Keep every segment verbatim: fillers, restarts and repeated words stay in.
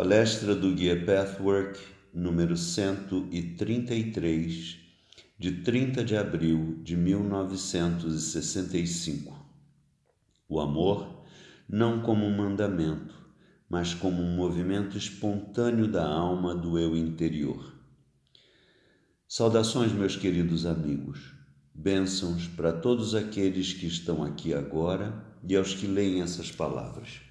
Palestra do Guia Pathwork, número cento e trinta e três, de trinta de abril de mil novecentos e sessenta e cinco. O amor, não como um mandamento, mas como um movimento espontâneo da alma do eu interior. Saudações, meus queridos amigos. Bênçãos para todos aqueles que estão aqui agora e aos que leem essas palavras.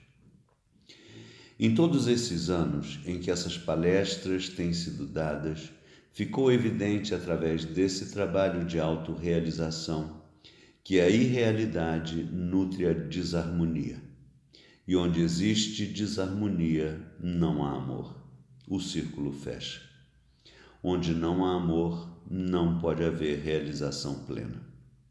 Em todos esses anos em que essas palestras têm sido dadas, ficou evidente através desse trabalho de autorrealização que a irrealidade nutre a desarmonia. E onde existe desarmonia, não há amor. O círculo fecha. Onde não há amor, não pode haver realização plena.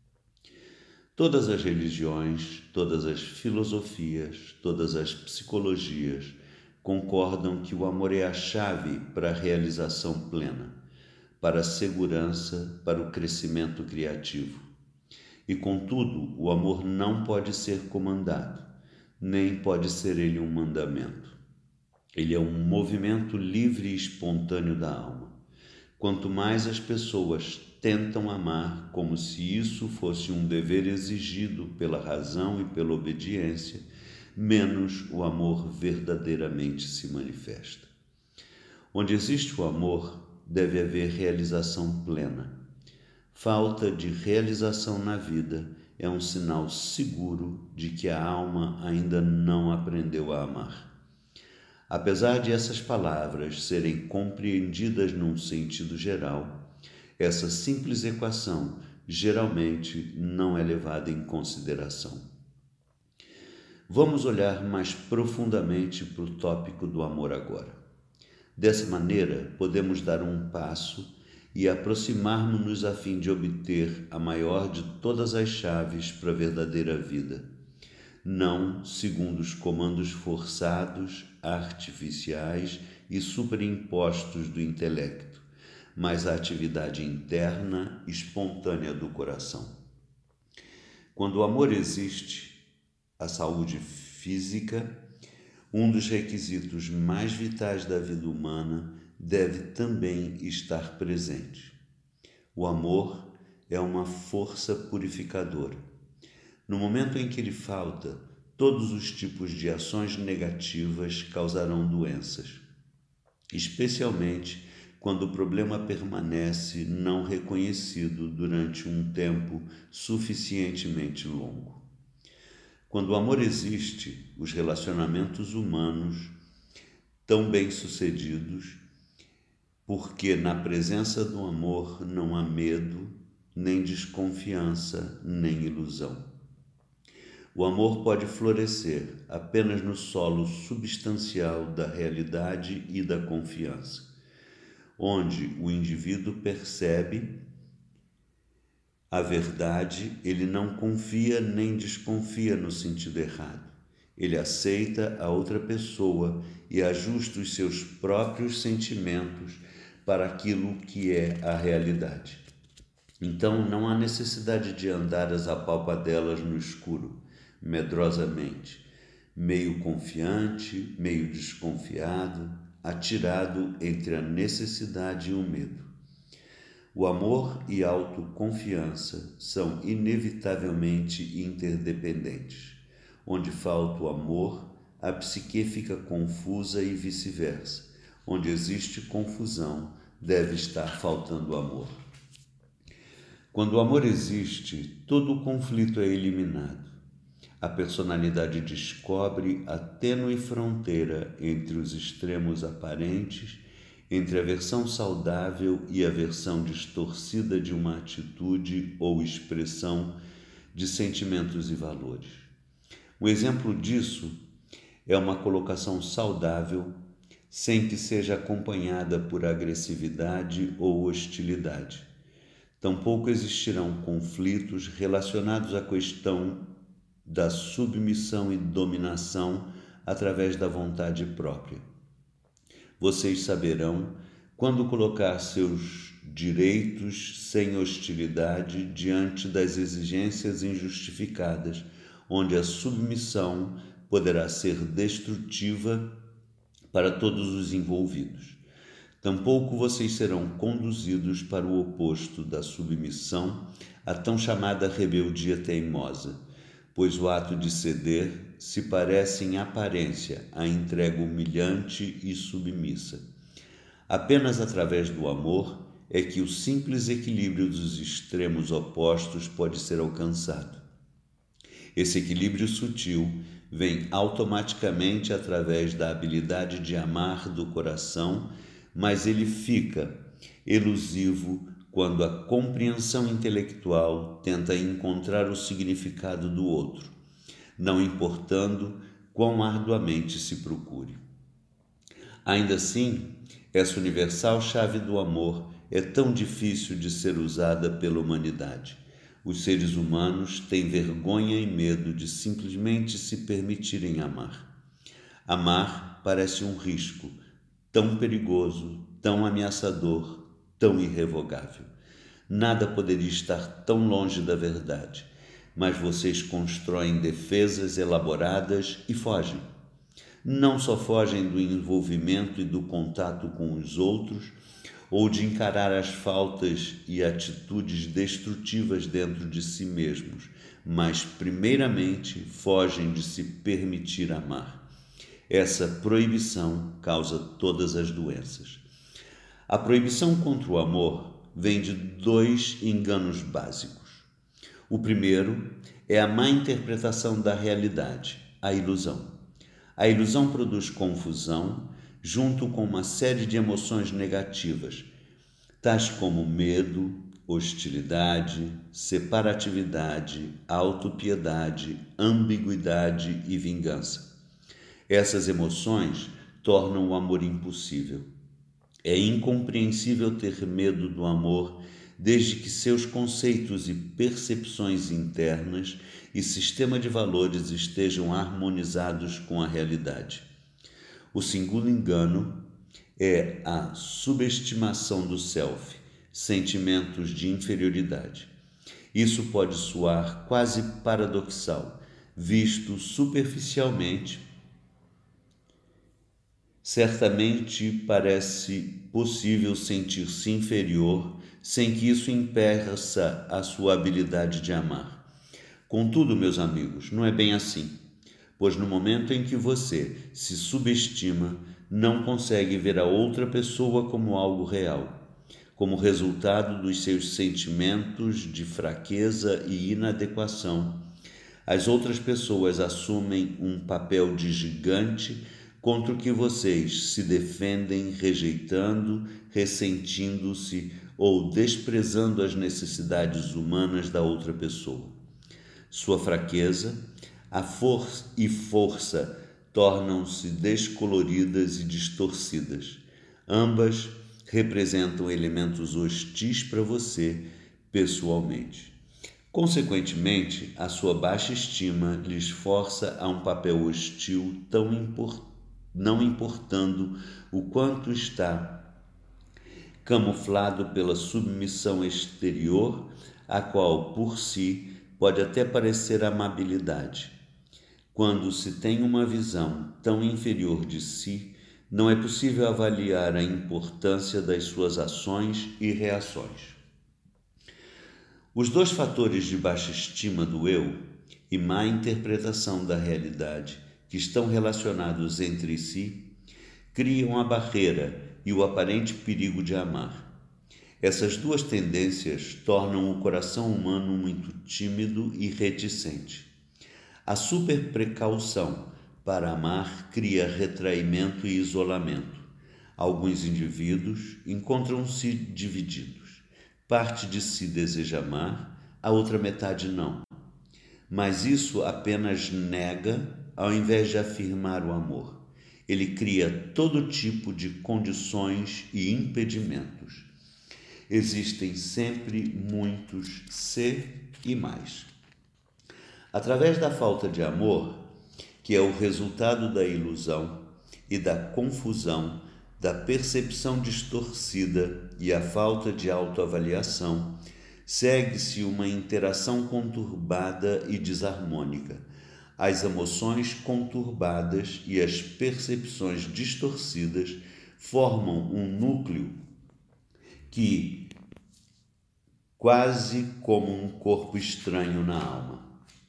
Todas as religiões, todas as filosofias, todas as psicologias concordam que o amor é a chave para a realização plena, para a segurança, para o crescimento criativo. E, contudo, o amor não pode ser comandado, nem pode ser ele um mandamento. Ele é um movimento livre e espontâneo da alma. Quanto mais as pessoas tentam amar como se isso fosse um dever exigido pela razão e pela obediência, menos o amor verdadeiramente se manifesta. Onde existe o amor, deve haver realização plena. Falta de realização na vida é um sinal seguro de que a alma ainda não aprendeu a amar. Apesar de essas palavras serem compreendidas num sentido geral, essa simples equação geralmente não é levada em consideração. Vamos olhar mais profundamente para o tópico do amor agora. Dessa maneira, podemos dar um passo e aproximarmos-nos a fim de obter a maior de todas as chaves para a verdadeira vida, não segundo os comandos forçados, artificiais e superimpostos do intelecto, mas a atividade interna, espontânea do coração. Quando o amor existe, a saúde física, um dos requisitos mais vitais da vida humana, deve também estar presente. O amor é uma força purificadora. No momento em que ele falta, todos os tipos de ações negativas causarão doenças, especialmente quando o problema permanece não reconhecido durante um tempo suficientemente longo. Quando o amor existe, os relacionamentos humanos tão bem-sucedidos, porque na presença do amor não há medo, nem desconfiança, nem ilusão. O amor pode florescer apenas no solo substancial da realidade e da confiança, onde o indivíduo percebe a verdade, ele não confia nem desconfia no sentido errado. Ele aceita a outra pessoa e ajusta os seus próprios sentimentos para aquilo que é a realidade. Então não há necessidade de andar às apalpadelas no escuro, medrosamente, meio confiante, meio desconfiado, atirado entre a necessidade e o medo. O amor e a autoconfiança são inevitavelmente interdependentes. Onde falta o amor, a psique fica confusa e vice-versa. Onde existe confusão, deve estar faltando amor. Quando o amor existe, todo o conflito é eliminado. A personalidade descobre a tênue fronteira entre os extremos aparentes, entre a versão saudável e a versão distorcida de uma atitude ou expressão de sentimentos e valores. Um exemplo disso é uma colocação saudável, sem que seja acompanhada por agressividade ou hostilidade. Tampouco existirão conflitos relacionados à questão da submissão e dominação através da vontade própria. Vocês saberão quando colocar seus direitos sem hostilidade diante das exigências injustificadas, onde a submissão poderá ser destrutiva para todos os envolvidos. Tampouco vocês serão conduzidos para o oposto da submissão à tão chamada rebeldia teimosa, pois o ato de ceder se parece em aparência à entrega humilhante e submissa. Apenas através do amor é que o simples equilíbrio dos extremos opostos pode ser alcançado. Esse equilíbrio sutil vem automaticamente através da habilidade de amar do coração, mas ele fica elusivo quando a compreensão intelectual tenta encontrar o significado do outro, não importando quão arduamente se procure. Ainda assim, essa universal chave do amor é tão difícil de ser usada pela humanidade. Os seres humanos têm vergonha e medo de simplesmente se permitirem amar. Amar parece um risco, tão perigoso, tão ameaçador, tão irrevogável. Nada poderia estar tão longe da verdade, mas vocês constroem defesas elaboradas e fogem. Não só fogem do envolvimento e do contato com os outros, ou de encarar as faltas e atitudes destrutivas dentro de si mesmos, mas primeiramente fogem de se permitir amar. Essa proibição causa todas as doenças. A proibição contra o amor vem de dois enganos básicos. O primeiro é a má interpretação da realidade, a ilusão. A ilusão produz confusão junto com uma série de emoções negativas, tais como medo, hostilidade, separatividade, autopiedade, ambiguidade e vingança. Essas emoções tornam o amor impossível. É incompreensível ter medo do amor desde que seus conceitos e percepções internas e sistema de valores estejam harmonizados com a realidade. O segundo engano é a subestimação do self, sentimentos de inferioridade. Isso pode soar quase paradoxal, visto superficialmente. Certamente parece possível sentir-se inferior sem que isso impeça a sua habilidade de amar. Contudo, meus amigos, não é bem assim, pois no momento em que você se subestima, não consegue ver a outra pessoa como algo real, como resultado dos seus sentimentos de fraqueza e inadequação. As outras pessoas assumem um papel de gigante contra o que vocês se defendem, rejeitando, ressentindo-se ou desprezando as necessidades humanas da outra pessoa. Sua fraqueza, a força e força tornam-se descoloridas e distorcidas. Ambas representam elementos hostis para você pessoalmente. Consequentemente, a sua baixa estima lhes força a um papel hostil tão importante, não importando o quanto está camuflado pela submissão exterior, a qual, por si, pode até parecer amabilidade. Quando se tem uma visão tão inferior de si, não é possível avaliar a importância das suas ações e reações. Os dois fatores de baixa estima do eu e má interpretação da realidade que estão relacionados entre si, criam a barreira e o aparente perigo de amar. Essas duas tendências tornam o coração humano muito tímido e reticente. A superprecaução para amar cria retraimento e isolamento. Alguns indivíduos encontram-se divididos. Parte de si deseja amar, a outra metade não. Mas isso apenas nega ao invés de afirmar o amor. Ele cria todo tipo de condições e impedimentos. Existem sempre muitos se e mais. Através da falta de amor, que é o resultado da ilusão e da confusão, da percepção distorcida e a falta de autoavaliação, segue-se uma interação conturbada e desarmônica. As emoções conturbadas e as percepções distorcidas formam um núcleo que, quase como um corpo estranho na alma.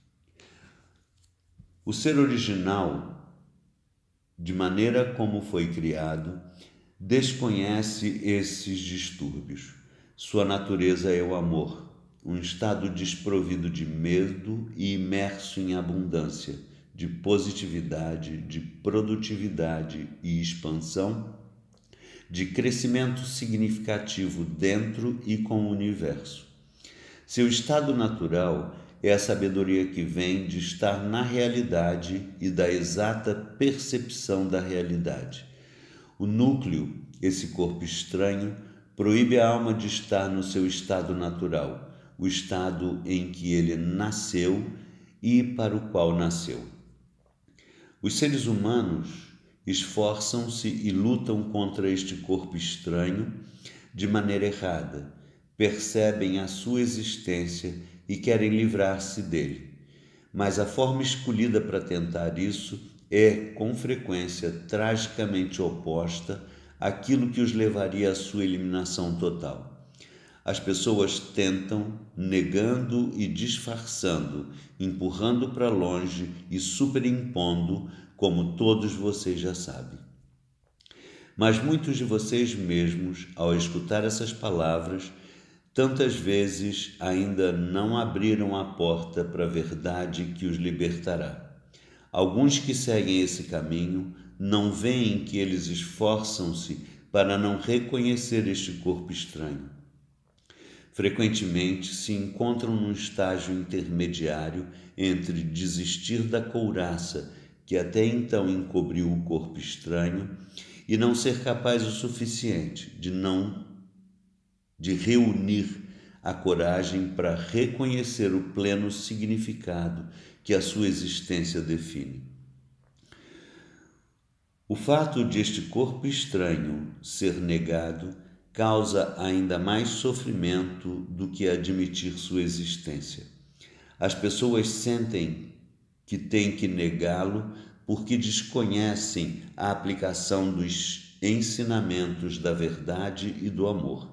O ser original, de maneira como foi criado, desconhece esses distúrbios. Sua natureza é o amor, um estado desprovido de medo e imerso em abundância, de positividade, de produtividade e expansão, de crescimento significativo dentro e com o universo. Seu estado natural é a sabedoria que vem de estar na realidade e da exata percepção da realidade. O núcleo, esse corpo estranho, proíbe a alma de estar no seu estado natural, o estado em que ele nasceu e para o qual nasceu. Os seres humanos esforçam-se e lutam contra este corpo estranho de maneira errada, percebem a sua existência e querem livrar-se dele. Mas a forma escolhida para tentar isso é, com frequência, tragicamente oposta àquilo que os levaria à sua eliminação total. As pessoas tentam, negando e disfarçando, empurrando para longe e superimpondo, como todos vocês já sabem. Mas muitos de vocês mesmos, ao escutar essas palavras, tantas vezes ainda não abriram a porta para a verdade que os libertará. Alguns que seguem esse caminho não veem que eles esforçam-se para não reconhecer este corpo estranho. Frequentemente se encontram num estágio intermediário entre desistir da couraça que até então encobriu o corpo estranho e não ser capaz o suficiente de não de reunir a coragem para reconhecer o pleno significado que a sua existência define. O fato de este corpo estranho ser negado causa ainda mais sofrimento do que admitir sua existência. As pessoas sentem que têm que negá-lo porque desconhecem a aplicação dos ensinamentos da verdade e do amor.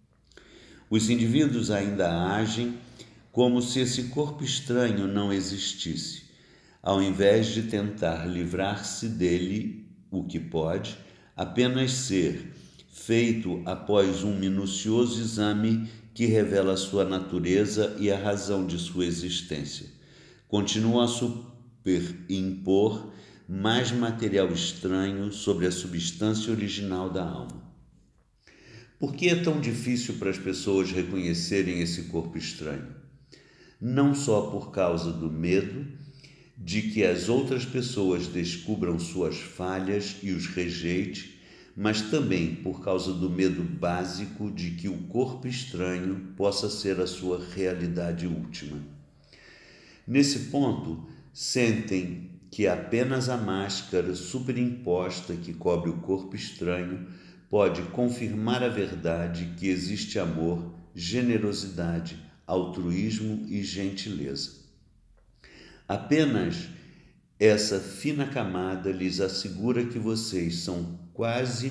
Os indivíduos ainda agem como se esse corpo estranho não existisse, ao invés de tentar livrar-se dele, o que pode apenas ser feito após um minucioso exame que revela sua natureza e a razão de sua existência. Continua a superimpor mais material estranho sobre a substância original da alma. Por que é tão difícil para as pessoas reconhecerem esse corpo estranho? Não só por causa do medo de que as outras pessoas descubram suas falhas e os rejeite, mas também por causa do medo básico de que o corpo estranho possa ser a sua realidade última. Nesse ponto, sentem que apenas a máscara superimposta que cobre o corpo estranho pode confirmar a verdade que existe amor, generosidade, altruísmo e gentileza. Apenas essa fina camada lhes assegura que vocês são quase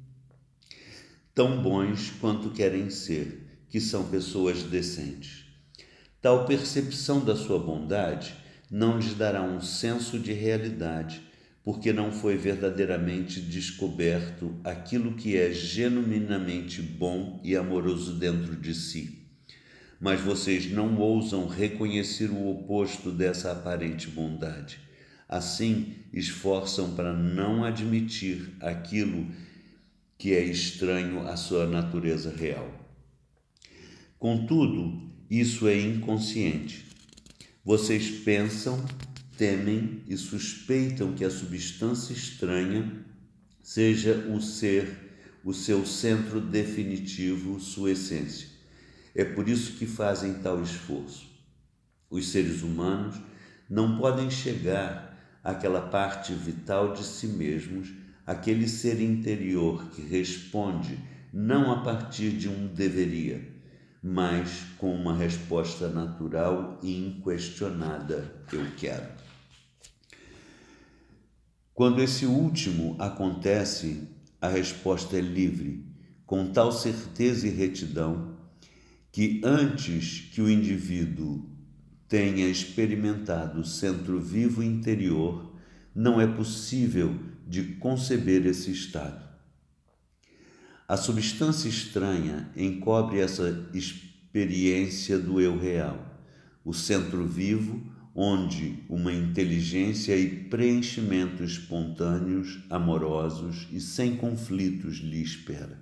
tão bons quanto querem ser, que são pessoas decentes. Tal percepção da sua bondade não lhes dará um senso de realidade, porque não foi verdadeiramente descoberto aquilo que é genuinamente bom e amoroso dentro de si. Mas vocês não ousam reconhecer o oposto dessa aparente bondade. Assim, esforçam para não admitir aquilo que é estranho à sua natureza real. Contudo, isso é inconsciente. Vocês pensam, temem e suspeitam que a substância estranha seja o ser, o seu centro definitivo, sua essência. É por isso que fazem tal esforço. Os seres humanos não podem chegar àquela parte vital de si mesmos, aquele ser interior que responde não a partir de um deveria, mas com uma resposta natural e inquestionada: eu quero. Quando esse último acontece, a resposta é livre, com tal certeza e retidão que antes que o indivíduo tenha experimentado o centro vivo interior, não é possível de conceber esse estado. A substância estranha encobre essa experiência do eu real, o centro vivo, onde uma inteligência e preenchimento espontâneos, amorosos e sem conflitos lhe espera.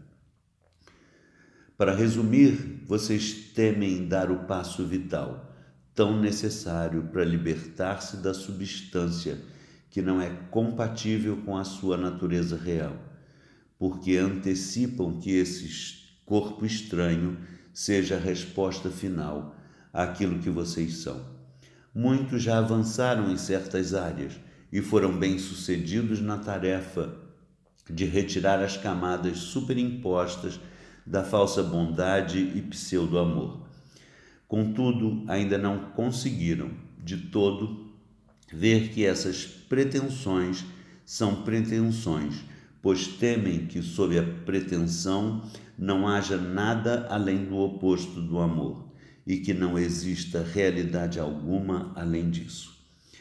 Para resumir, vocês temem dar o passo vital, tão necessário para libertar-se da substância que não é compatível com a sua natureza real, porque antecipam que esse corpo estranho seja a resposta final àquilo que vocês são. Muitos já avançaram em certas áreas e foram bem-sucedidos na tarefa de retirar as camadas superimpostas da falsa bondade e pseudo-amor. Contudo, ainda não conseguiram, de todo, ver que essas pretensões são pretensões, pois temem que sob a pretensão não haja nada além do oposto do amor, e que não exista realidade alguma além disso.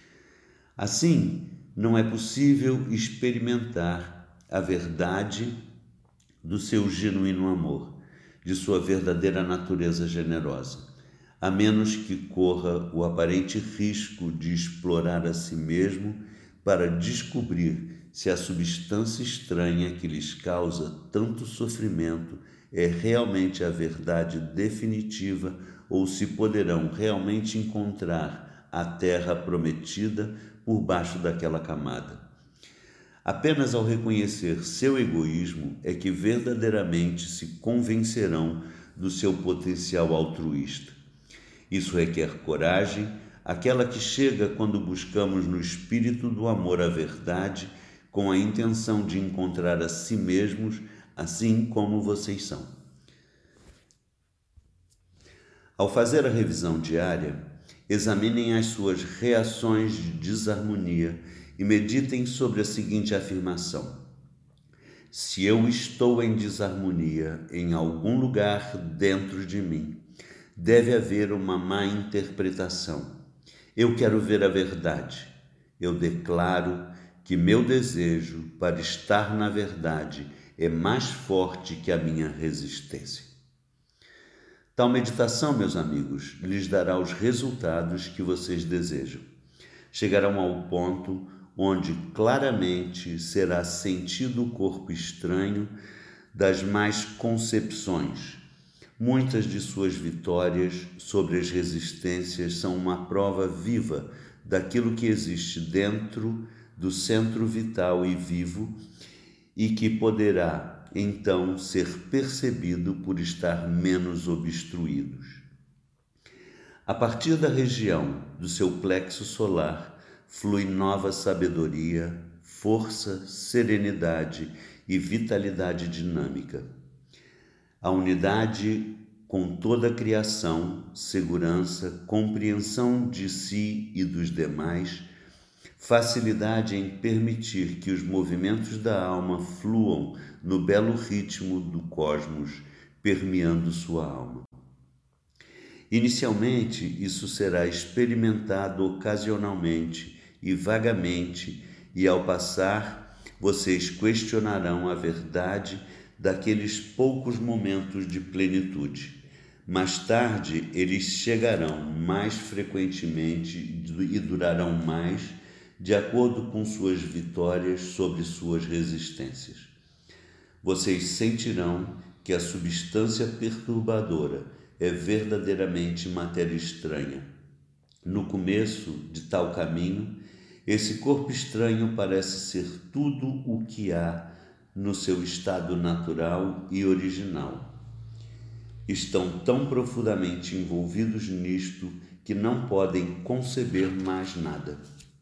Assim, não é possível experimentar a verdade do seu genuíno amor, de sua verdadeira natureza generosa, a menos que corra o aparente risco de explorar a si mesmo para descobrir se a substância estranha que lhes causa tanto sofrimento é realmente a verdade definitiva ou se poderão realmente encontrar a terra prometida por baixo daquela camada. Apenas ao reconhecer seu egoísmo é que verdadeiramente se convencerão do seu potencial altruísta. Isso requer coragem, aquela que chega quando buscamos no espírito do amor a verdade, com a intenção de encontrar a si mesmos, assim como vocês são. Ao fazer a revisão diária, examinem as suas reações de desarmonia e meditem sobre a seguinte afirmação: se eu estou em desarmonia em algum lugar dentro de mim, deve haver uma má interpretação. Eu quero ver a verdade. Eu declaro que meu desejo para estar na verdade é mais forte que a minha resistência. Tal meditação, meus amigos, lhes dará os resultados que vocês desejam. Chegarão ao ponto onde claramente será sentido o corpo estranho das más concepções. Muitas de suas vitórias sobre as resistências são uma prova viva daquilo que existe dentro do centro vital e vivo e que poderá, então, ser percebido por estar menos obstruídos. A partir da região do seu plexo solar flui nova sabedoria, força, serenidade e vitalidade dinâmica. A unidade com toda a criação, segurança, compreensão de si e dos demais, facilidade em permitir que os movimentos da alma fluam no belo ritmo do cosmos, permeando sua alma. Inicialmente, isso será experimentado ocasionalmente e vagamente, e ao passar, vocês questionarão a verdade daqueles poucos momentos de plenitude. Mais tarde, eles chegarão mais frequentemente e durarão mais, de acordo com suas vitórias sobre suas resistências. Vocês sentirão que a substância perturbadora é verdadeiramente matéria estranha. No começo de tal caminho, esse corpo estranho parece ser tudo o que há no seu estado natural e original. Estão tão profundamente envolvidos nisto que não podem conceber mais nada.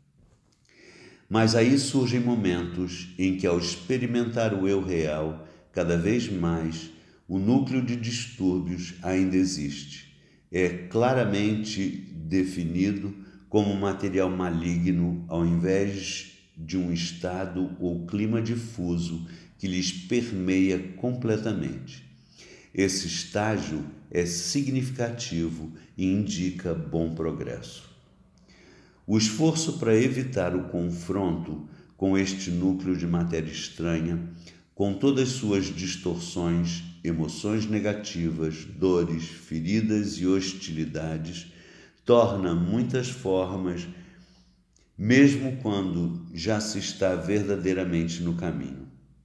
Mas aí surgem momentos em que, ao experimentar o eu real, cada vez mais, o núcleo de distúrbios ainda existe. É claramente definido como material maligno, ao invés de um estado ou clima difuso que lhes permeia completamente. Esse estágio é significativo e indica bom progresso. O esforço para evitar o confronto com este núcleo de matéria estranha, com todas suas distorções, emoções negativas, dores, feridas e hostilidades, torna muitas formas, mesmo quando já se está verdadeiramente no caminho.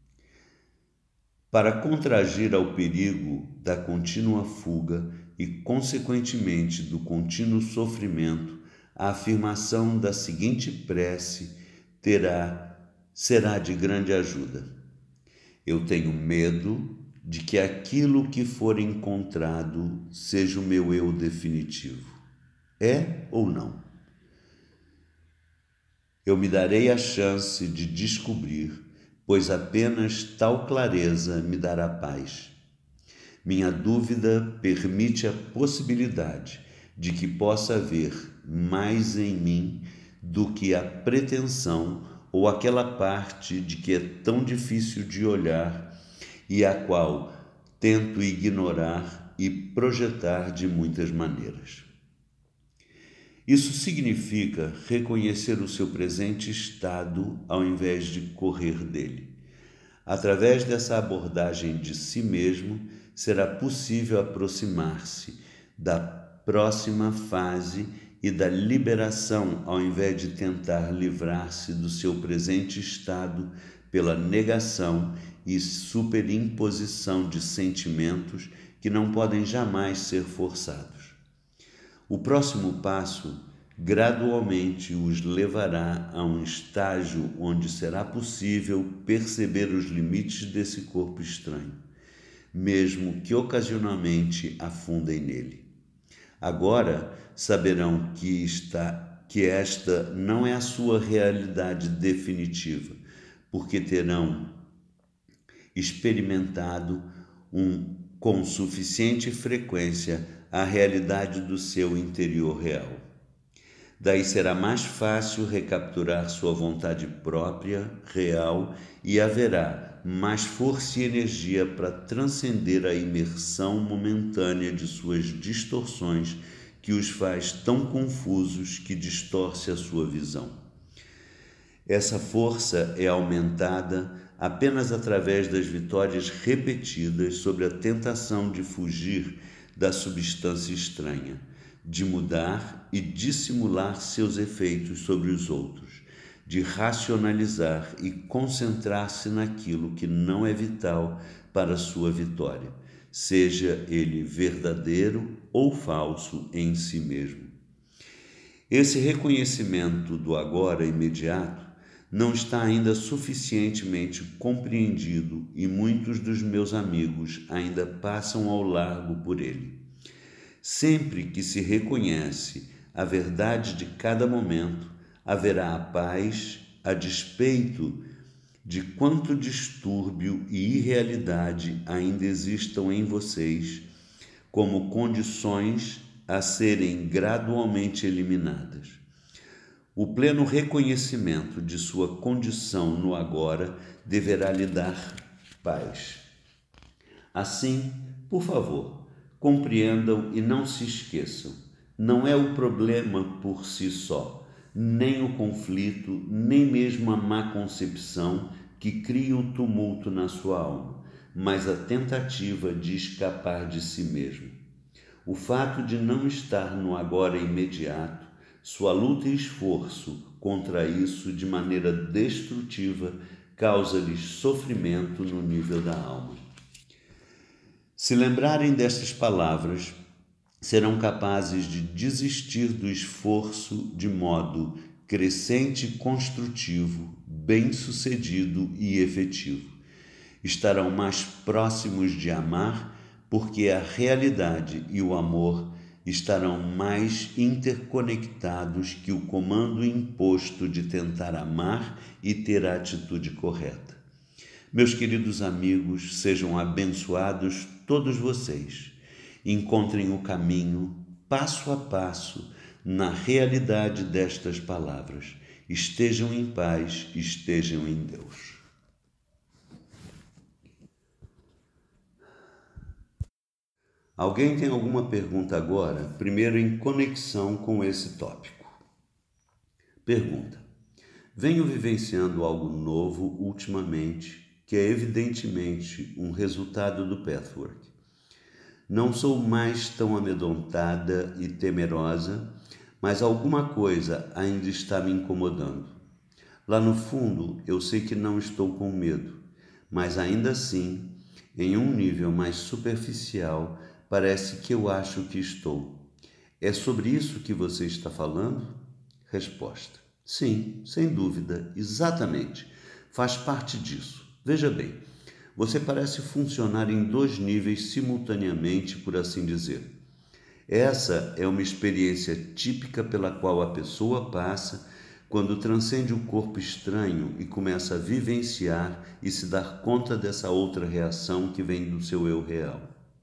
Para contragir ao perigo da contínua fuga e, consequentemente, do contínuo sofrimento, a afirmação da seguinte prece terá, será de grande ajuda. Eu tenho medo de que aquilo que for encontrado seja o meu eu definitivo. É ou não? Eu me darei a chance de descobrir, pois apenas tal clareza me dará paz. Minha dúvida permite a possibilidade de que possa haver mais em mim do que a pretensão ou aquela parte de que é tão difícil de olhar e a qual tento ignorar e projetar de muitas maneiras. Isso significa reconhecer o seu presente estado ao invés de correr dele. Através dessa abordagem de si mesmo, será possível aproximar-se da próxima fase e da liberação ao invés de tentar livrar-se do seu presente estado pela negação e superimposição de sentimentos que não podem jamais ser forçados. O próximo passo gradualmente os levará a um estágio onde será possível perceber os limites desse corpo estranho, mesmo que ocasionalmente afundem nele. Agora saberão que, está, que esta não é a sua realidade definitiva, porque terão experimentado um, com suficiente frequência a realidade do seu interior real. Daí será mais fácil recapturar sua vontade própria, real, e haverá mais força e energia para transcender a imersão momentânea de suas distorções que os faz tão confusos que distorce a sua visão. Essa força é aumentada apenas através das vitórias repetidas sobre a tentação de fugir da substância estranha, de mudar e dissimular seus efeitos sobre os outros, de racionalizar e concentrar-se naquilo que não é vital para sua vitória, seja ele verdadeiro ou falso em si mesmo. Esse reconhecimento do agora imediato não está ainda suficientemente compreendido e muitos dos meus amigos ainda passam ao largo por ele. Sempre que se reconhece a verdade de cada momento, haverá a paz a despeito de quanto distúrbio e irrealidade ainda existam em vocês, como condições a serem gradualmente eliminadas. O pleno reconhecimento de sua condição no agora deverá lhe dar paz. Assim, por favor, compreendam e não se esqueçam. Não é o problema por si só, nem o conflito, nem mesmo a má concepção que cria o tumulto na sua alma, mas a tentativa de escapar de si mesmo. O fato de não estar no agora imediato, sua luta e esforço contra isso de maneira destrutiva causa-lhes sofrimento no nível da alma. Se lembrarem destas palavras, serão capazes de desistir do esforço de modo crescente e construtivo, bem-sucedido e efetivo. Estarão mais próximos de amar, porque a realidade e o amor estarão mais interconectados que o comando imposto de tentar amar e ter a atitude correta. Meus queridos amigos, sejam abençoados todos vocês. Encontrem o caminho, passo a passo, na realidade destas palavras Estejam em paz, estejam em Deus. Alguém tem alguma pergunta agora? Primeiro, em conexão com esse tópico. Pergunta: venho vivenciando algo novo ultimamente, que é evidentemente um resultado do Pathwork. Não sou mais tão amedrontada e temerosa, mas alguma coisa ainda está me incomodando. Lá no fundo, eu sei que não estou com medo, mas ainda assim, em um nível mais superficial, parece que eu acho que estou. É sobre isso que você está falando? Resposta: sim, sem dúvida, exatamente. Faz parte disso. Veja bem, você parece funcionar em dois níveis simultaneamente, por assim dizer. Essa é uma experiência típica pela qual a pessoa passa quando transcende o corpo estranho e começa a vivenciar e se dar conta dessa outra reação que vem do seu eu real.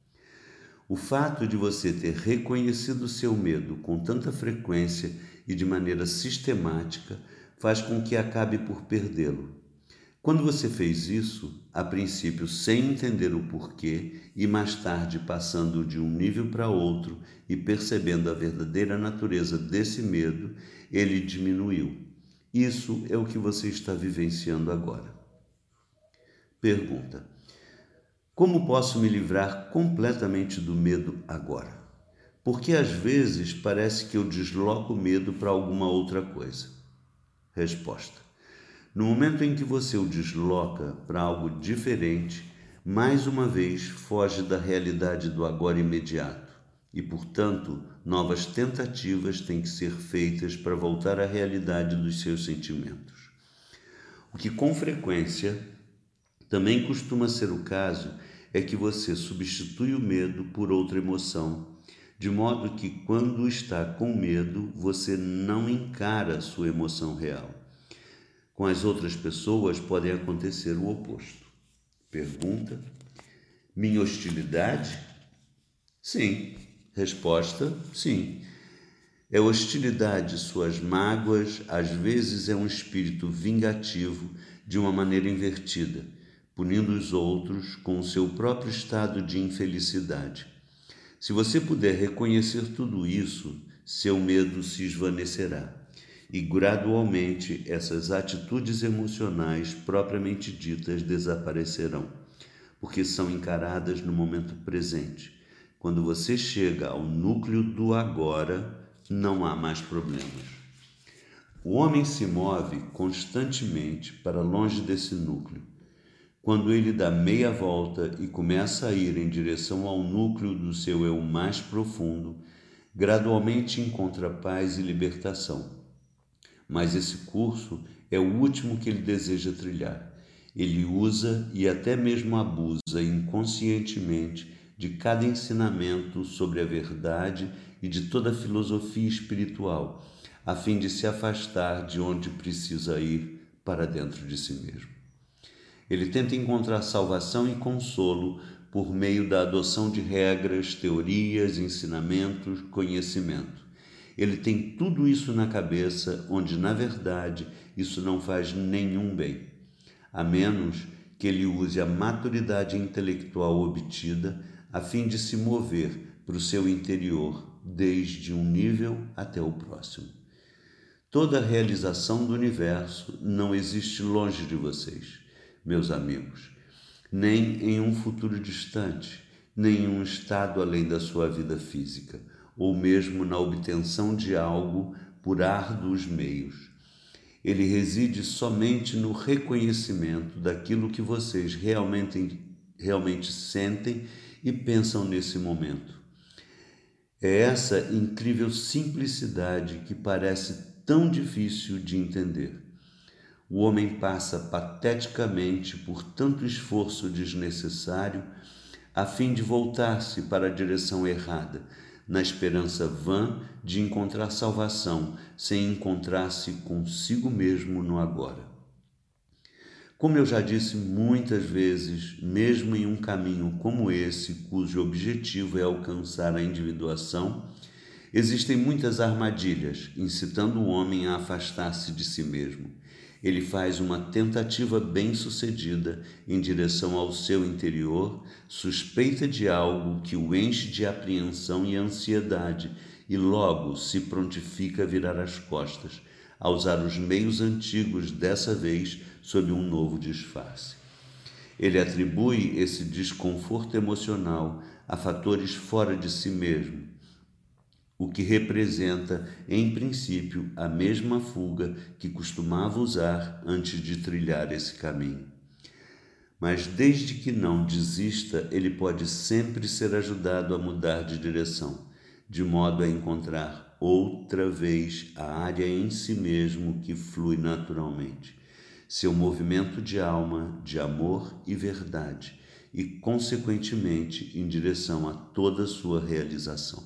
O fato de você ter reconhecido seu medo com tanta frequência e de maneira sistemática faz com que acabe por perdê-lo. Quando você fez isso, a princípio sem entender o porquê e mais tarde passando de um nível para outro e percebendo a verdadeira natureza desse medo, ele diminuiu. Isso é o que você está vivenciando agora. Pergunta: como posso me livrar completamente do medo agora? Porque às vezes parece que eu desloco o medo para alguma outra coisa. Resposta: no momento em que você o desloca para algo diferente, mais uma vez foge da realidade do agora imediato e, portanto, novas tentativas têm que ser feitas para voltar à realidade dos seus sentimentos. O que com frequência também costuma ser o caso é que você substitui o medo por outra emoção, de modo que quando está com medo, você não encara sua emoção real. Com as outras pessoas pode acontecer o oposto. Pergunta: minha hostilidade? Sim. Resposta: sim. É hostilidade, suas mágoas, às vezes é um espírito vingativo de uma maneira invertida, punindo os outros com o seu próprio estado de infelicidade. Se você puder reconhecer tudo isso, seu medo se esvanecerá. E gradualmente essas atitudes emocionais propriamente ditas desaparecerão, porque são encaradas no momento presente. Quando você chega ao núcleo do agora, não há mais problemas. O homem se move constantemente para longe desse núcleo. Quando ele dá meia volta e começa a ir em direção ao núcleo do seu eu mais profundo, gradualmente encontra paz e libertação. Mas esse curso é o último que ele deseja trilhar. Ele usa e até mesmo abusa inconscientemente de cada ensinamento sobre a verdade e de toda a filosofia espiritual, a fim de se afastar de onde precisa ir para dentro de si mesmo. Ele tenta encontrar salvação e consolo por meio da adoção de regras, teorias, ensinamentos, conhecimento. Ele tem tudo isso na cabeça, onde, na verdade, isso não faz nenhum bem, a menos que ele use a maturidade intelectual obtida a fim de se mover para o seu interior, desde um nível até o próximo. Toda a realização do universo não existe longe de vocês, meus amigos, nem em um futuro distante, nem em um estado além da sua vida física, ou mesmo na obtenção de algo por árduos meios. Ele reside somente no reconhecimento daquilo que vocês realmente, realmente sentem e pensam nesse momento. É essa incrível simplicidade que parece tão difícil de entender. O homem passa pateticamente por tanto esforço desnecessário a fim de voltar-se para a direção errada, na esperança vã de encontrar salvação, sem encontrar-se consigo mesmo no agora. Como eu já disse muitas vezes, mesmo em um caminho como esse, cujo objetivo é alcançar a individuação, Existem muitas armadilhas, incitando o homem a afastar-se de si mesmo. Ele faz uma tentativa bem-sucedida em direção ao seu interior, suspeita de algo que o enche de apreensão e ansiedade e logo se prontifica a virar as costas, a usar os meios antigos, dessa vez sob um novo disfarce. Ele atribui esse desconforto emocional a fatores fora de si mesmo, o que representa, em princípio, a mesma fuga que costumava usar antes de trilhar esse caminho. Mas desde que não desista, ele pode sempre ser ajudado a mudar de direção, de modo a encontrar outra vez a área em si mesmo que flui naturalmente, seu movimento de alma, de amor e verdade, e, consequentemente, em direção a toda a sua realização.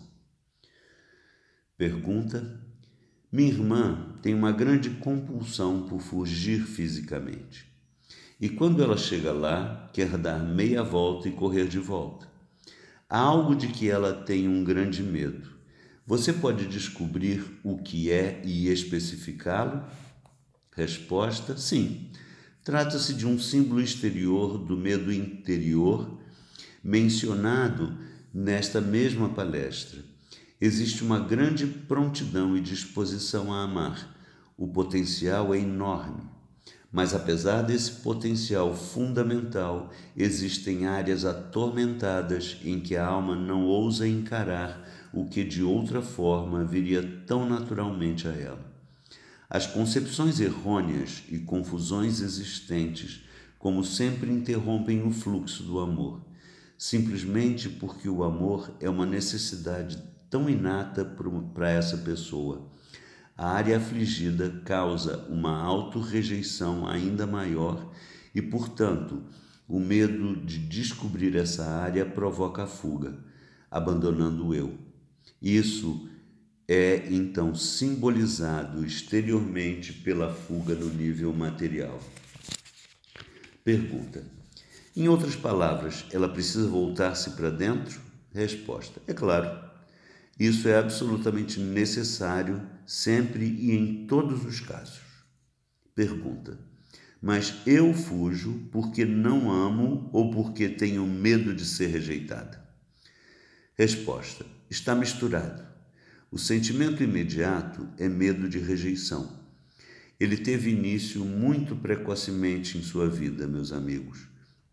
Pergunta: minha irmã tem uma grande compulsão por fugir fisicamente. E quando ela chega lá, quer dar meia volta e correr de volta. Há algo de que ela tem um grande medo. Você pode descobrir o que é e especificá-lo? Resposta: sim. Trata-se de um símbolo exterior do medo interior mencionado nesta mesma palestra. Existe uma grande prontidão e disposição a amar. O potencial é enorme. Mas apesar desse potencial fundamental, existem áreas atormentadas em que a alma não ousa encarar o que de outra forma viria tão naturalmente a ela. As concepções errôneas e confusões existentes, como sempre, interrompem o fluxo do amor, simplesmente porque o amor é uma necessidade tão inata para essa pessoa. A área afligida causa uma autorrejeição ainda maior e, portanto, o medo de descobrir essa área provoca a fuga, abandonando o eu. Isso é, então, simbolizado exteriormente pela fuga no nível material. Pergunta: em outras palavras, ela precisa voltar-se para dentro? Resposta: é claro. Isso é absolutamente necessário, sempre e em todos os casos. Pergunta: mas eu fujo porque não amo ou porque tenho medo de ser rejeitada? Resposta: está misturado. O sentimento imediato é medo de rejeição. Ele teve início muito precocemente em sua vida, meus amigos.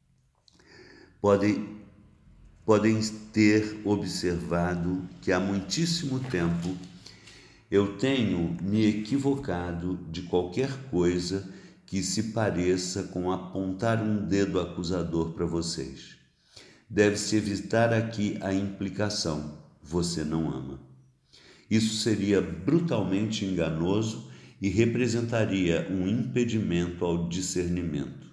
Podem Podem ter observado que há muitíssimo tempo eu tenho me equivocado de qualquer coisa que se pareça com apontar um dedo acusador para vocês. Deve-se evitar aqui a implicação: você não ama. Isso seria brutalmente enganoso e representaria um impedimento ao discernimento.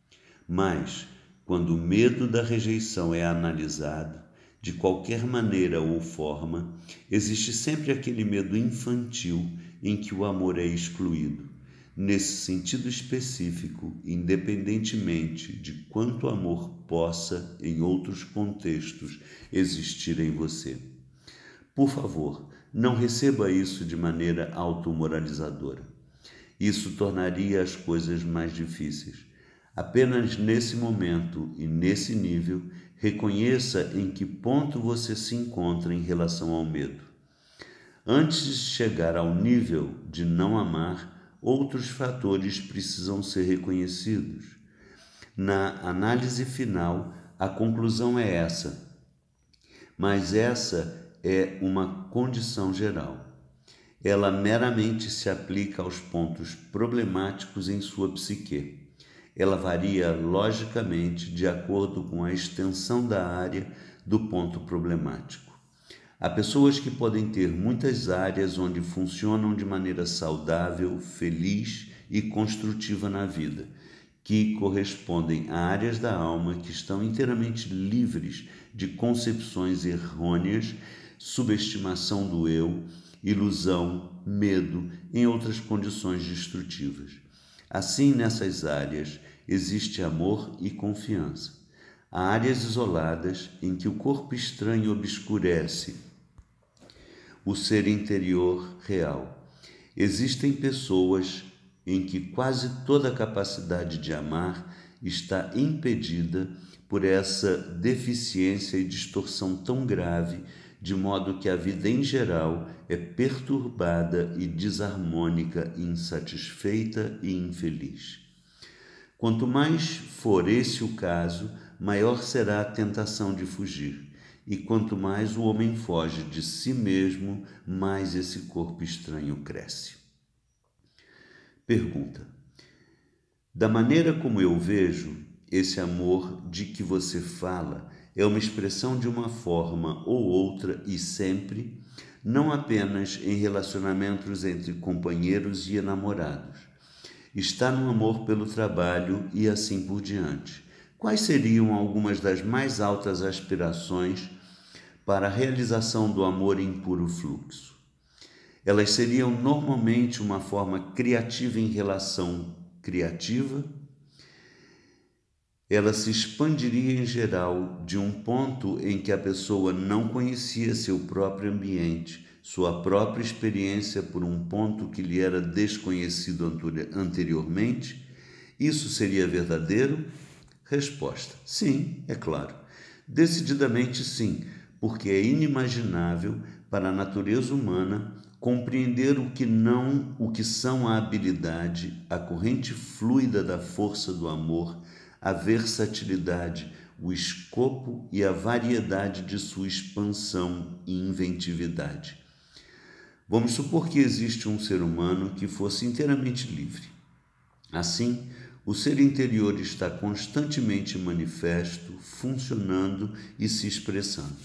Mas, quando o medo da rejeição é analisado, de qualquer maneira ou forma, existe sempre aquele medo infantil em que o amor é excluído. Nesse sentido específico, independentemente de quanto amor possa, em outros contextos, existir em você. Por favor, não receba isso de maneira automoralizadora. Isso tornaria as coisas mais difíceis. Apenas nesse momento e nesse nível, reconheça em que ponto você se encontra em relação ao medo. Antes de chegar ao nível de não amar, outros fatores precisam ser reconhecidos. Na análise final, a conclusão é essa, mas essa é uma condição geral. Ela meramente se aplica aos pontos problemáticos em sua psique. Ela varia logicamente de acordo com a extensão da área do ponto problemático. Há pessoas que podem ter muitas áreas onde funcionam de maneira saudável, feliz e construtiva na vida, que correspondem a áreas da alma que estão inteiramente livres de concepções errôneas, subestimação do eu, ilusão, medo, em outras condições destrutivas. Assim, nessas áreas, existe amor e confiança. Há áreas isoladas em que o corpo estranho obscurece o ser interior real. Existem pessoas em que quase toda a capacidade de amar está impedida por essa deficiência e distorção tão grave, de modo que a vida em geral é perturbada e desarmônica, insatisfeita e infeliz. Quanto mais for esse o caso, maior será a tentação de fugir. E quanto mais o homem foge de si mesmo, mais esse corpo estranho cresce. Pergunta: da maneira como eu vejo, esse amor de que você fala é uma expressão de uma forma ou outra e sempre, não apenas em relacionamentos entre companheiros e enamorados. Está no amor pelo trabalho e assim por diante. Quais seriam algumas das mais altas aspirações para a realização do amor em puro fluxo? Elas seriam normalmente uma forma criativa em relação criativa. Ela se expandiria em geral de um ponto em que a pessoa não conhecia seu próprio ambiente, sua própria experiência por um ponto que lhe era desconhecido anteriormente. Isso seria verdadeiro? Resposta: sim, é claro. Decididamente sim, porque é inimaginável para a natureza humana compreender o que não, o que são a habilidade, a corrente fluida da força do amor, a versatilidade, o escopo e a variedade de sua expansão e inventividade. Vamos supor que existe um ser humano que fosse inteiramente livre. Assim, o ser interior está constantemente manifesto, funcionando e se expressando.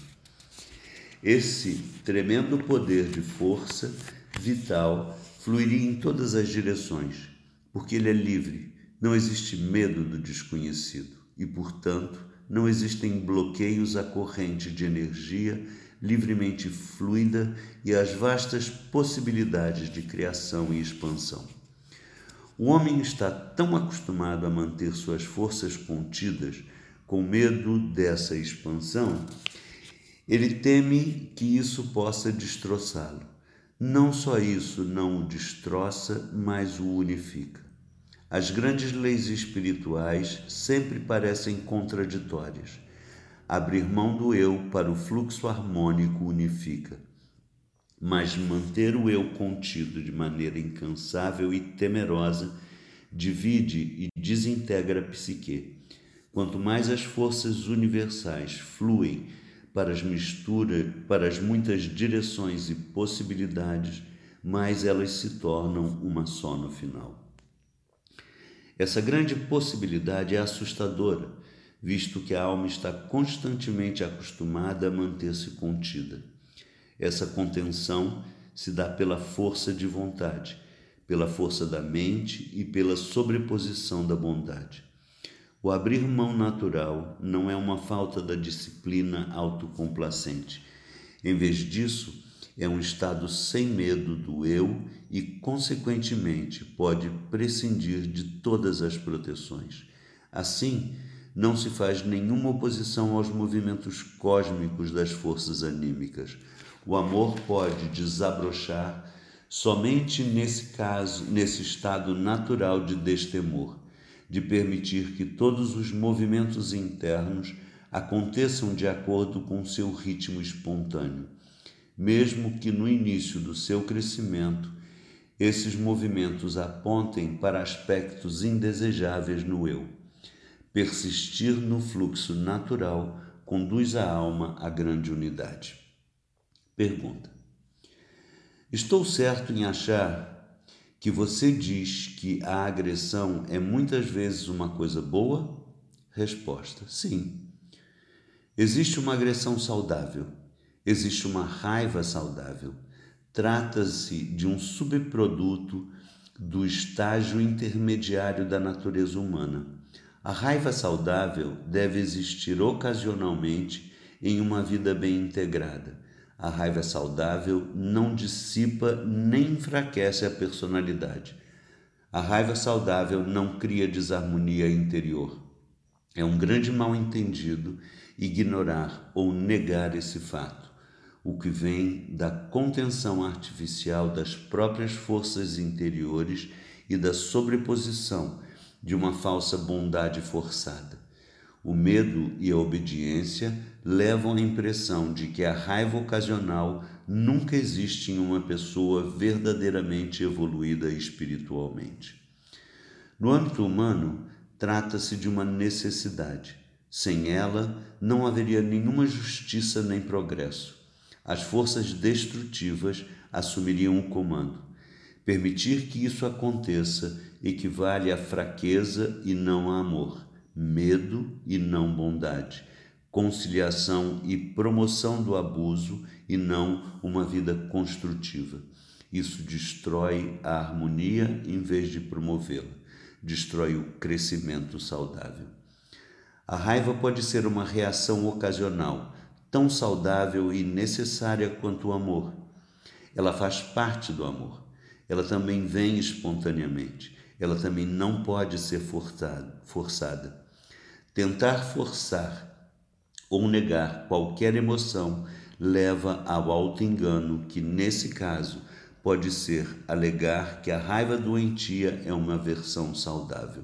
Esse tremendo poder de força vital fluiria em todas as direções, porque ele é livre. Não existe medo do desconhecido e, portanto, não existem bloqueios à corrente de energia livremente fluida e às vastas possibilidades de criação e expansão. O homem está tão acostumado a manter suas forças contidas, com medo dessa expansão, ele teme que isso possa destroçá-lo. Não só isso não o destroça, mas o unifica. As grandes leis espirituais sempre parecem contraditórias. Abrir mão do eu para o fluxo harmônico unifica, mas manter o eu contido de maneira incansável e temerosa divide e desintegra a psique. Quanto mais as forças universais fluem para as misturas, para as muitas direções e possibilidades, mais elas se tornam uma só no final. Essa grande possibilidade é assustadora, visto que a alma está constantemente acostumada a manter-se contida. Essa contenção se dá pela força de vontade, pela força da mente e pela sobreposição da bondade. O abrir mão natural não é uma falta da disciplina autocomplacente. Em vez disso, é um estado sem medo do eu e, consequentemente, pode prescindir de todas as proteções. Assim, não se faz nenhuma oposição aos movimentos cósmicos das forças anímicas. O amor pode desabrochar somente nesse caso, nesse estado natural de destemor, de permitir que todos os movimentos internos aconteçam de acordo com seu ritmo espontâneo, mesmo que no início do seu crescimento esses movimentos apontem para aspectos indesejáveis no eu. Persistir no fluxo natural conduz a alma à grande unidade. Pergunta: estou certo em achar que você diz que a agressão é muitas vezes uma coisa boa? Resposta: sim. Existe uma agressão saudável, existe uma raiva saudável. Trata-se de um subproduto do estágio intermediário da natureza humana. A raiva saudável deve existir ocasionalmente em uma vida bem integrada. A raiva saudável não dissipa nem enfraquece a personalidade. A raiva saudável não cria desarmonia interior. É um grande mal-entendido ignorar ou negar esse fato. o que vem da contenção artificial das próprias forças interiores e da sobreposição de uma falsa bondade forçada. O medo e a obediência levam à impressão de que a raiva ocasional nunca existe em uma pessoa verdadeiramente evoluída espiritualmente. No âmbito humano, trata-se de uma necessidade. Sem ela, não haveria nenhuma justiça nem progresso. As forças destrutivas assumiriam o comando. Permitir que isso aconteça equivale à fraqueza e não a amor, medo e não bondade, conciliação e promoção do abuso e não uma vida construtiva. Isso destrói a harmonia em vez de promovê-la, destrói o crescimento saudável. A raiva pode ser uma reação ocasional, tão saudável e necessária quanto o amor. Ela faz parte do amor. Ela também vem espontaneamente. Ela também não pode ser forçada. Tentar forçar ou negar qualquer emoção leva ao auto-engano, que nesse caso pode ser alegar que a raiva doentia é uma versão saudável.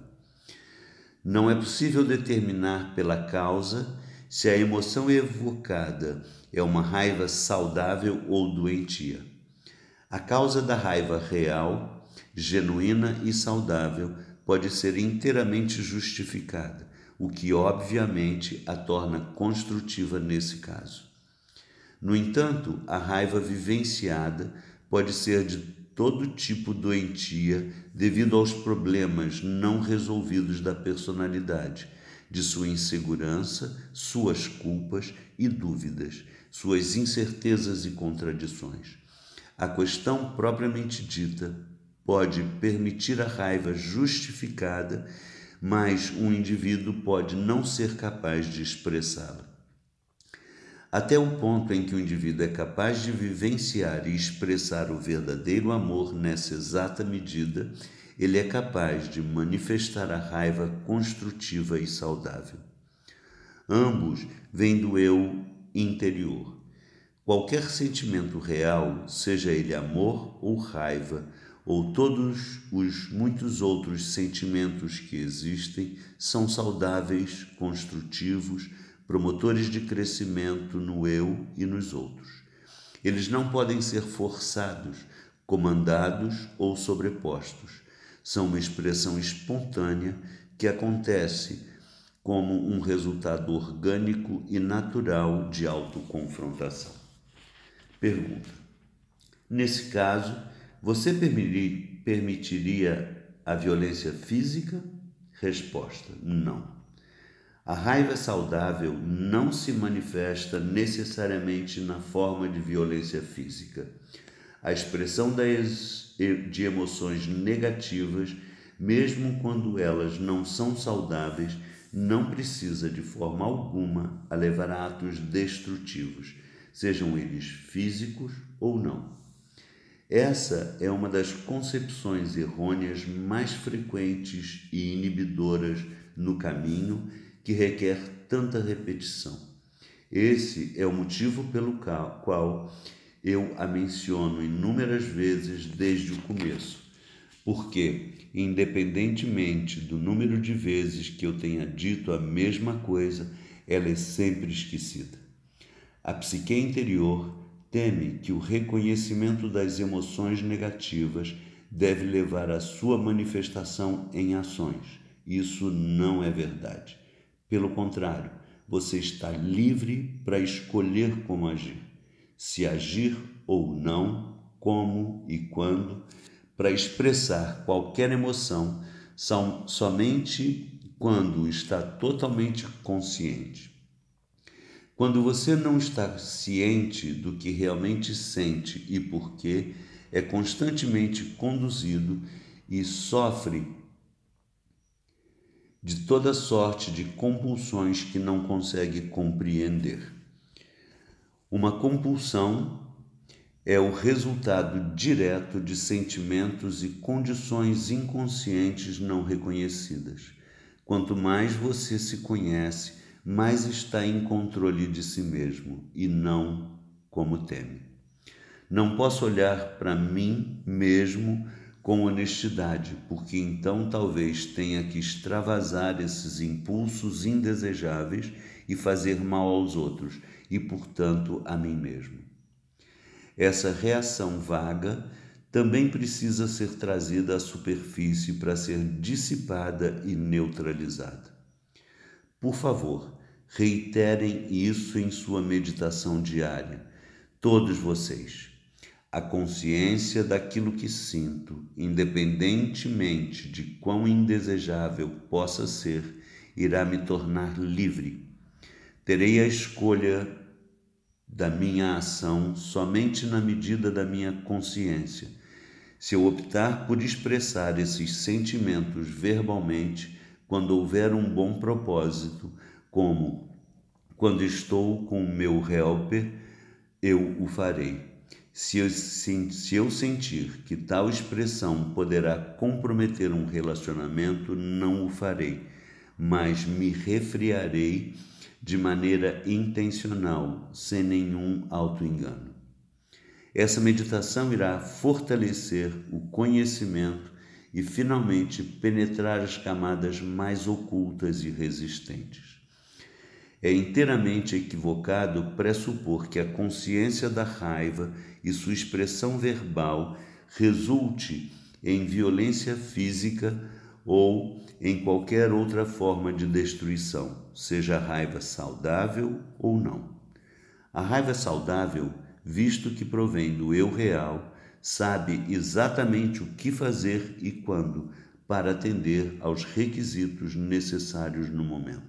Não é possível determinar pela causa se a emoção evocada é uma raiva saudável ou doentia. A causa da raiva real, genuína e saudável pode ser inteiramente justificada, o que obviamente a torna construtiva nesse caso. No entanto, a raiva vivenciada pode ser de todo tipo doentia devido aos problemas não resolvidos da personalidade, de sua insegurança, suas culpas e dúvidas, suas incertezas e contradições. A questão propriamente dita pode permitir a raiva justificada, mas um indivíduo pode não ser capaz de expressá-la. Até o ponto em que o indivíduo é capaz de vivenciar e expressar o verdadeiro amor nessa exata medida, ele é capaz de manifestar a raiva construtiva e saudável. Ambos vêm do eu interior. Qualquer sentimento real, seja ele amor ou raiva, ou todos os muitos outros sentimentos que existem, são saudáveis, construtivos, promotores de crescimento no eu e nos outros. Eles não podem ser forçados, comandados ou sobrepostos. São uma expressão espontânea que acontece como um resultado orgânico e natural de autoconfrontação. Pergunta: nesse caso, você permitiria a violência física? Resposta: não. A raiva saudável não se manifesta necessariamente na forma de violência física. A expressão das, de emoções negativas, mesmo quando elas não são saudáveis, não precisa de forma alguma a levar a atos destrutivos, sejam eles físicos ou não. Essa é uma das concepções errôneas mais frequentes e inibidoras no caminho, que requer tanta repetição. Esse é o motivo pelo qual eu a menciono inúmeras vezes desde o começo, porque, independentemente do número de vezes que eu tenha dito a mesma coisa, ela é sempre esquecida. A psique interior teme que o reconhecimento das emoções negativas deve levar à sua manifestação em ações. Isso não é verdade. Pelo contrário, você está livre para escolher como agir, se agir ou não, como e quando, para expressar qualquer emoção, são somente quando está totalmente consciente. Quando você não está ciente do que realmente sente e por quê, é constantemente conduzido e sofre de toda sorte de compulsões que não consegue compreender. Uma compulsão é o resultado direto de sentimentos e condições inconscientes não reconhecidas. Quanto mais você se conhece, mais está em controle de si mesmo e não como teme. Não posso olhar para mim mesmo com honestidade, porque então talvez tenha que extravasar esses impulsos indesejáveis e fazer mal aos outros e, portanto, a mim mesmo. Essa reação vaga também precisa ser trazida à superfície para ser dissipada e neutralizada. Por favor, reiterem isso em sua meditação diária, todos vocês. A consciência daquilo que sinto, independentemente de quão indesejável possa ser, irá me tornar livre. Terei a escolha da minha ação somente na medida da minha consciência. Se eu optar por expressar esses sentimentos verbalmente, quando houver um bom propósito, como quando estou com o meu helper, eu o farei. Se eu, se eu sentir que tal expressão poderá comprometer um relacionamento, não o farei, mas me refriarei de maneira intencional, sem nenhum auto-engano. Essa meditação irá fortalecer o conhecimento e finalmente penetrar as camadas mais ocultas e resistentes. É inteiramente equivocado pressupor que a consciência da raiva e sua expressão verbal resulte em violência física ou em qualquer outra forma de destruição, seja a raiva saudável ou não. A raiva saudável, visto que provém do eu real, sabe exatamente o que fazer e quando para atender aos requisitos necessários no momento.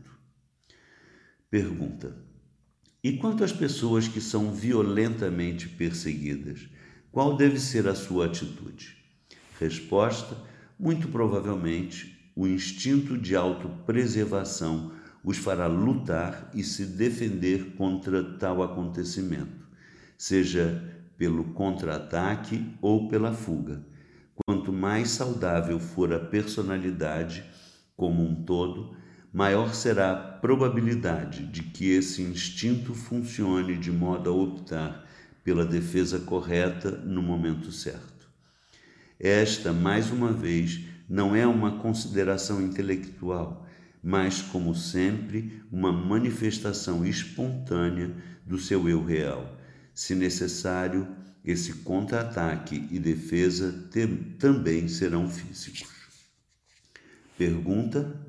Pergunta: e quanto às pessoas que são violentamente perseguidas, qual deve ser a sua atitude? Resposta: muito provavelmente, o instinto de autopreservação os fará lutar e se defender contra tal acontecimento, seja pelo contra-ataque ou pela fuga. Quanto mais saudável for a personalidade como um todo, maior será a probabilidade de que esse instinto funcione de modo a optar pela defesa correta no momento certo. Esta, mais uma vez, não é uma consideração intelectual, mas, como sempre, uma manifestação espontânea do seu eu real. Se necessário, esse contra-ataque e defesa te- também serão físicos. Pergunta: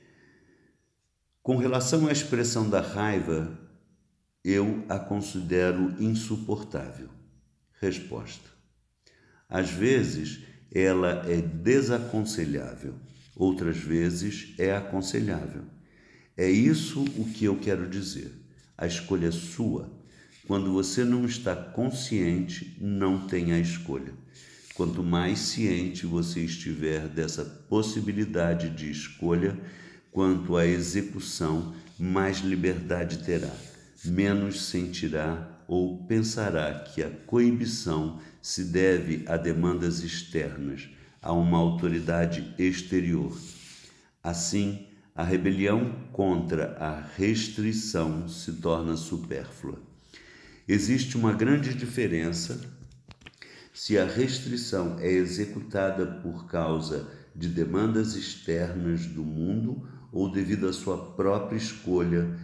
com relação à expressão da raiva, eu a considero insuportável. Resposta: às vezes ela é desaconselhável, outras vezes é aconselhável. É isso o que eu quero dizer. A escolha é sua. Quando você não está consciente, não tem a escolha. Quanto mais ciente você estiver dessa possibilidade de escolha, quanto à execução, mais liberdade terá, menos sentirá ou pensará que a coibição se deve a demandas externas, a uma autoridade exterior. Assim, a rebelião contra a restrição se torna supérflua. Existe uma grande diferença se a restrição é executada por causa de demandas externas do mundo ou devido à sua própria escolha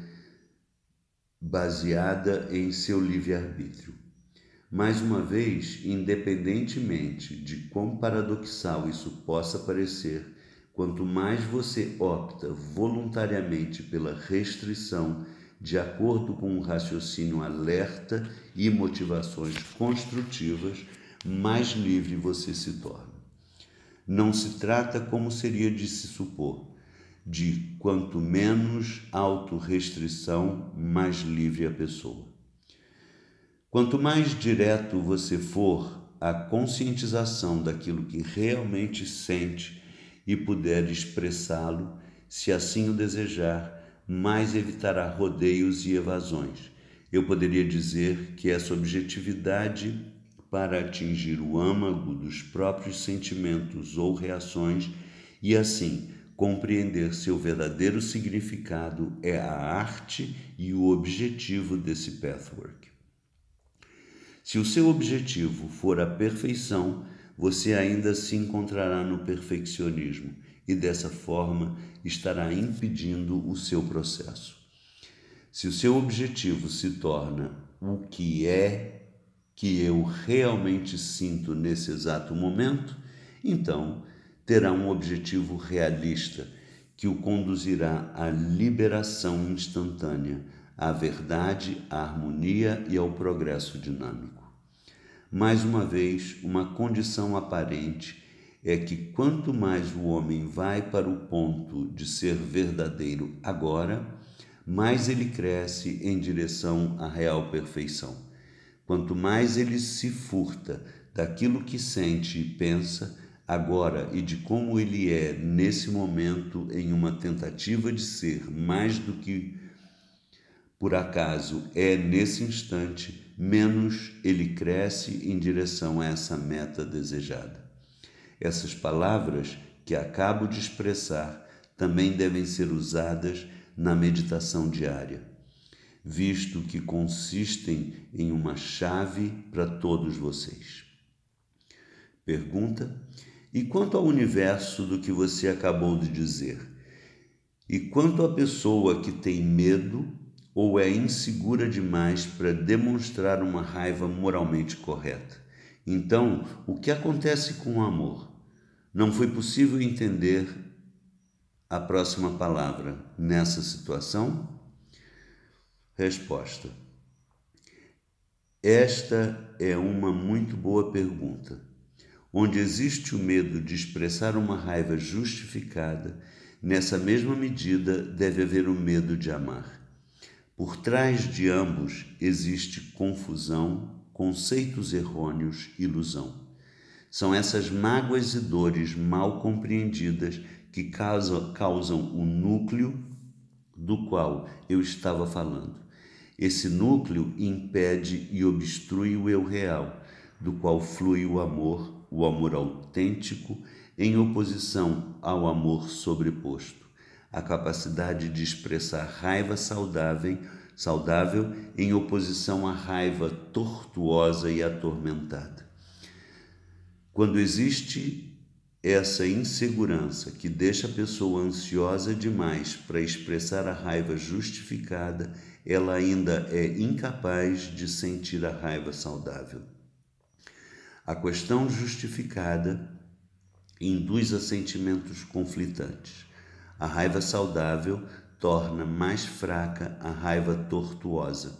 baseada em seu livre-arbítrio. Mais uma vez, independentemente de quão paradoxal isso possa parecer, quanto mais você opta voluntariamente pela restrição, de acordo com um raciocínio alerta e motivações construtivas, mais livre você se torna. Não se trata, como seria de se supor, de quanto menos autorrestrição, mais livre a pessoa. Quanto mais direto você for à conscientização daquilo que realmente sente e puder expressá-lo, se assim o desejar, mais evitará rodeios e evasões. Eu poderia dizer que essa objetividade para atingir o âmago dos próprios sentimentos ou reações e assim compreender seu verdadeiro significado é a arte e o objetivo desse pathwork. Se o seu objetivo for a perfeição, você ainda se encontrará no perfeccionismo e dessa forma estará impedindo o seu processo. Se o seu objetivo se torna o que é que eu realmente sinto nesse exato momento, então terá um objetivo realista que o conduzirá à liberação instantânea, à verdade, à harmonia e ao progresso dinâmico. Mais uma vez, uma condição aparente é que quanto mais o homem vai para o ponto de ser verdadeiro agora, mais ele cresce em direção à real perfeição. Quanto mais ele se furta daquilo que sente e pensa agora e de como ele é nesse momento em uma tentativa de ser mais do que por acaso é nesse instante, menos ele cresce em direção a essa meta desejada. Essas palavras que acabo de expressar também devem ser usadas na meditação diária, visto que consistem em uma chave para todos vocês. Pergunta: e quanto ao universo do que você acabou de dizer? E quanto à pessoa que tem medo ou é insegura demais para demonstrar uma raiva moralmente correta? Então, o que acontece com o amor? Não foi possível entender a próxima palavra nessa situação? Resposta: esta é uma muito boa pergunta. Onde existe o medo de expressar uma raiva justificada, nessa mesma medida deve haver o medo de amar. Por trás de ambos existe confusão, conceitos errôneos, ilusão. São essas mágoas e dores mal compreendidas que causam, causam o núcleo do qual eu estava falando. Esse núcleo impede e obstrui o eu real, do qual flui o amor, o amor autêntico, em oposição ao amor sobreposto, a capacidade de expressar raiva saudável, saudável em oposição à raiva tortuosa e atormentada. Quando existe essa insegurança que deixa a pessoa ansiosa demais para expressar a raiva justificada, ela ainda é incapaz de sentir a raiva saudável. A questão justificada induz a sentimentos conflitantes. A raiva saudável torna mais fraca a raiva tortuosa,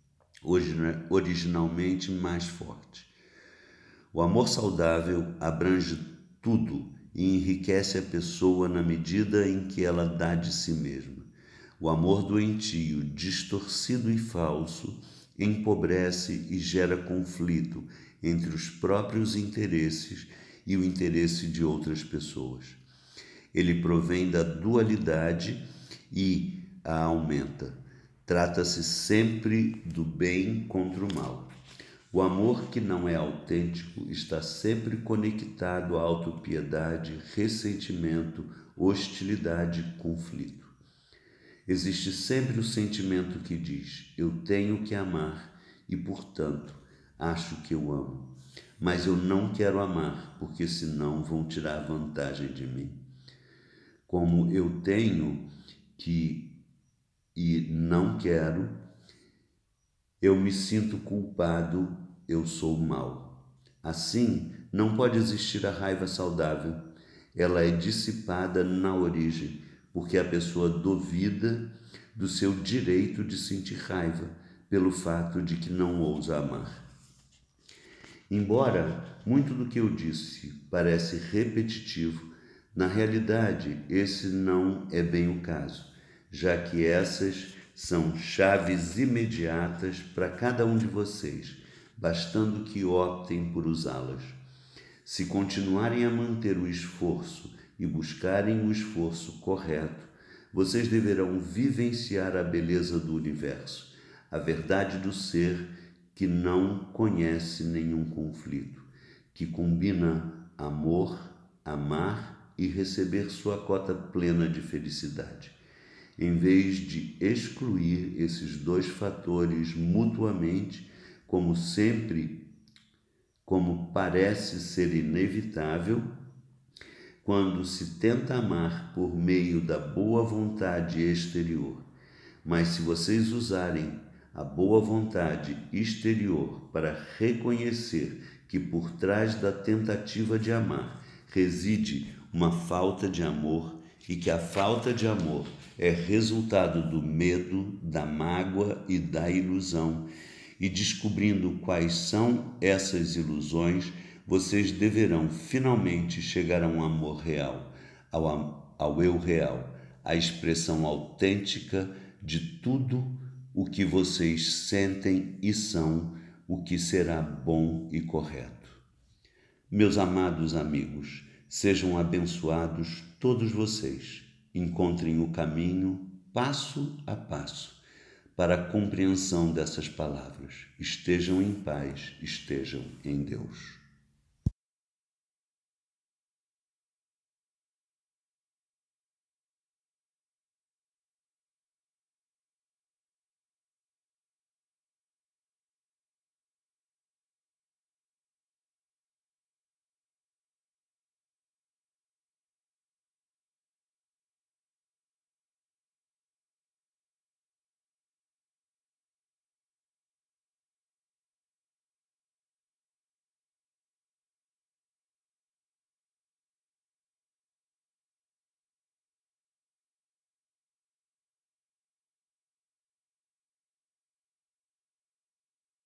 originalmente mais forte. O amor saudável abrange tudo e enriquece a pessoa na medida em que ela dá de si mesma. O amor doentio, distorcido e falso, empobrece e gera conflito entre os próprios interesses e o interesse de outras pessoas. Ele provém da dualidade e a aumenta. Trata-se sempre do bem contra o mal. O amor que não é autêntico está sempre conectado à autopiedade, ressentimento, hostilidade e conflito. Existe sempre o sentimento que diz: eu tenho que amar e, portanto, acho que eu amo. Mas eu não quero amar, porque senão vão tirar vantagem de mim. Como eu tenho que e não quero, eu me sinto culpado, eu sou mau. Assim, não pode existir a raiva saudável. Ela é dissipada na origem, porque a pessoa duvida do seu direito de sentir raiva, pelo fato de que não ousa amar. Embora muito do que eu disse parece repetitivo, na realidade esse não é bem o caso, já que essas são chaves imediatas para cada um de vocês, bastando que optem por usá-las. Se continuarem a manter o esforço e buscarem o esforço correto, vocês deverão vivenciar a beleza do universo, a verdade do ser que não conhece nenhum conflito, que combina amor, amar e receber sua cota plena de felicidade. Em vez de excluir esses dois fatores mutuamente, como sempre como parece ser inevitável quando se tenta amar por meio da boa vontade exterior. Mas se vocês usarem a boa vontade exterior para reconhecer que por trás da tentativa de amar reside uma falta de amor e que a falta de amor é resultado do medo, da mágoa e da ilusão, e descobrindo quais são essas ilusões, vocês deverão finalmente chegar a um amor real, ao, ao eu real, a expressão autêntica de tudo o que vocês sentem e são, o que será bom e correto. Meus amados amigos, sejam abençoados todos vocês. Encontrem o caminho, passo a passo, para a compreensão dessas palavras. Estejam em paz, estejam em Deus.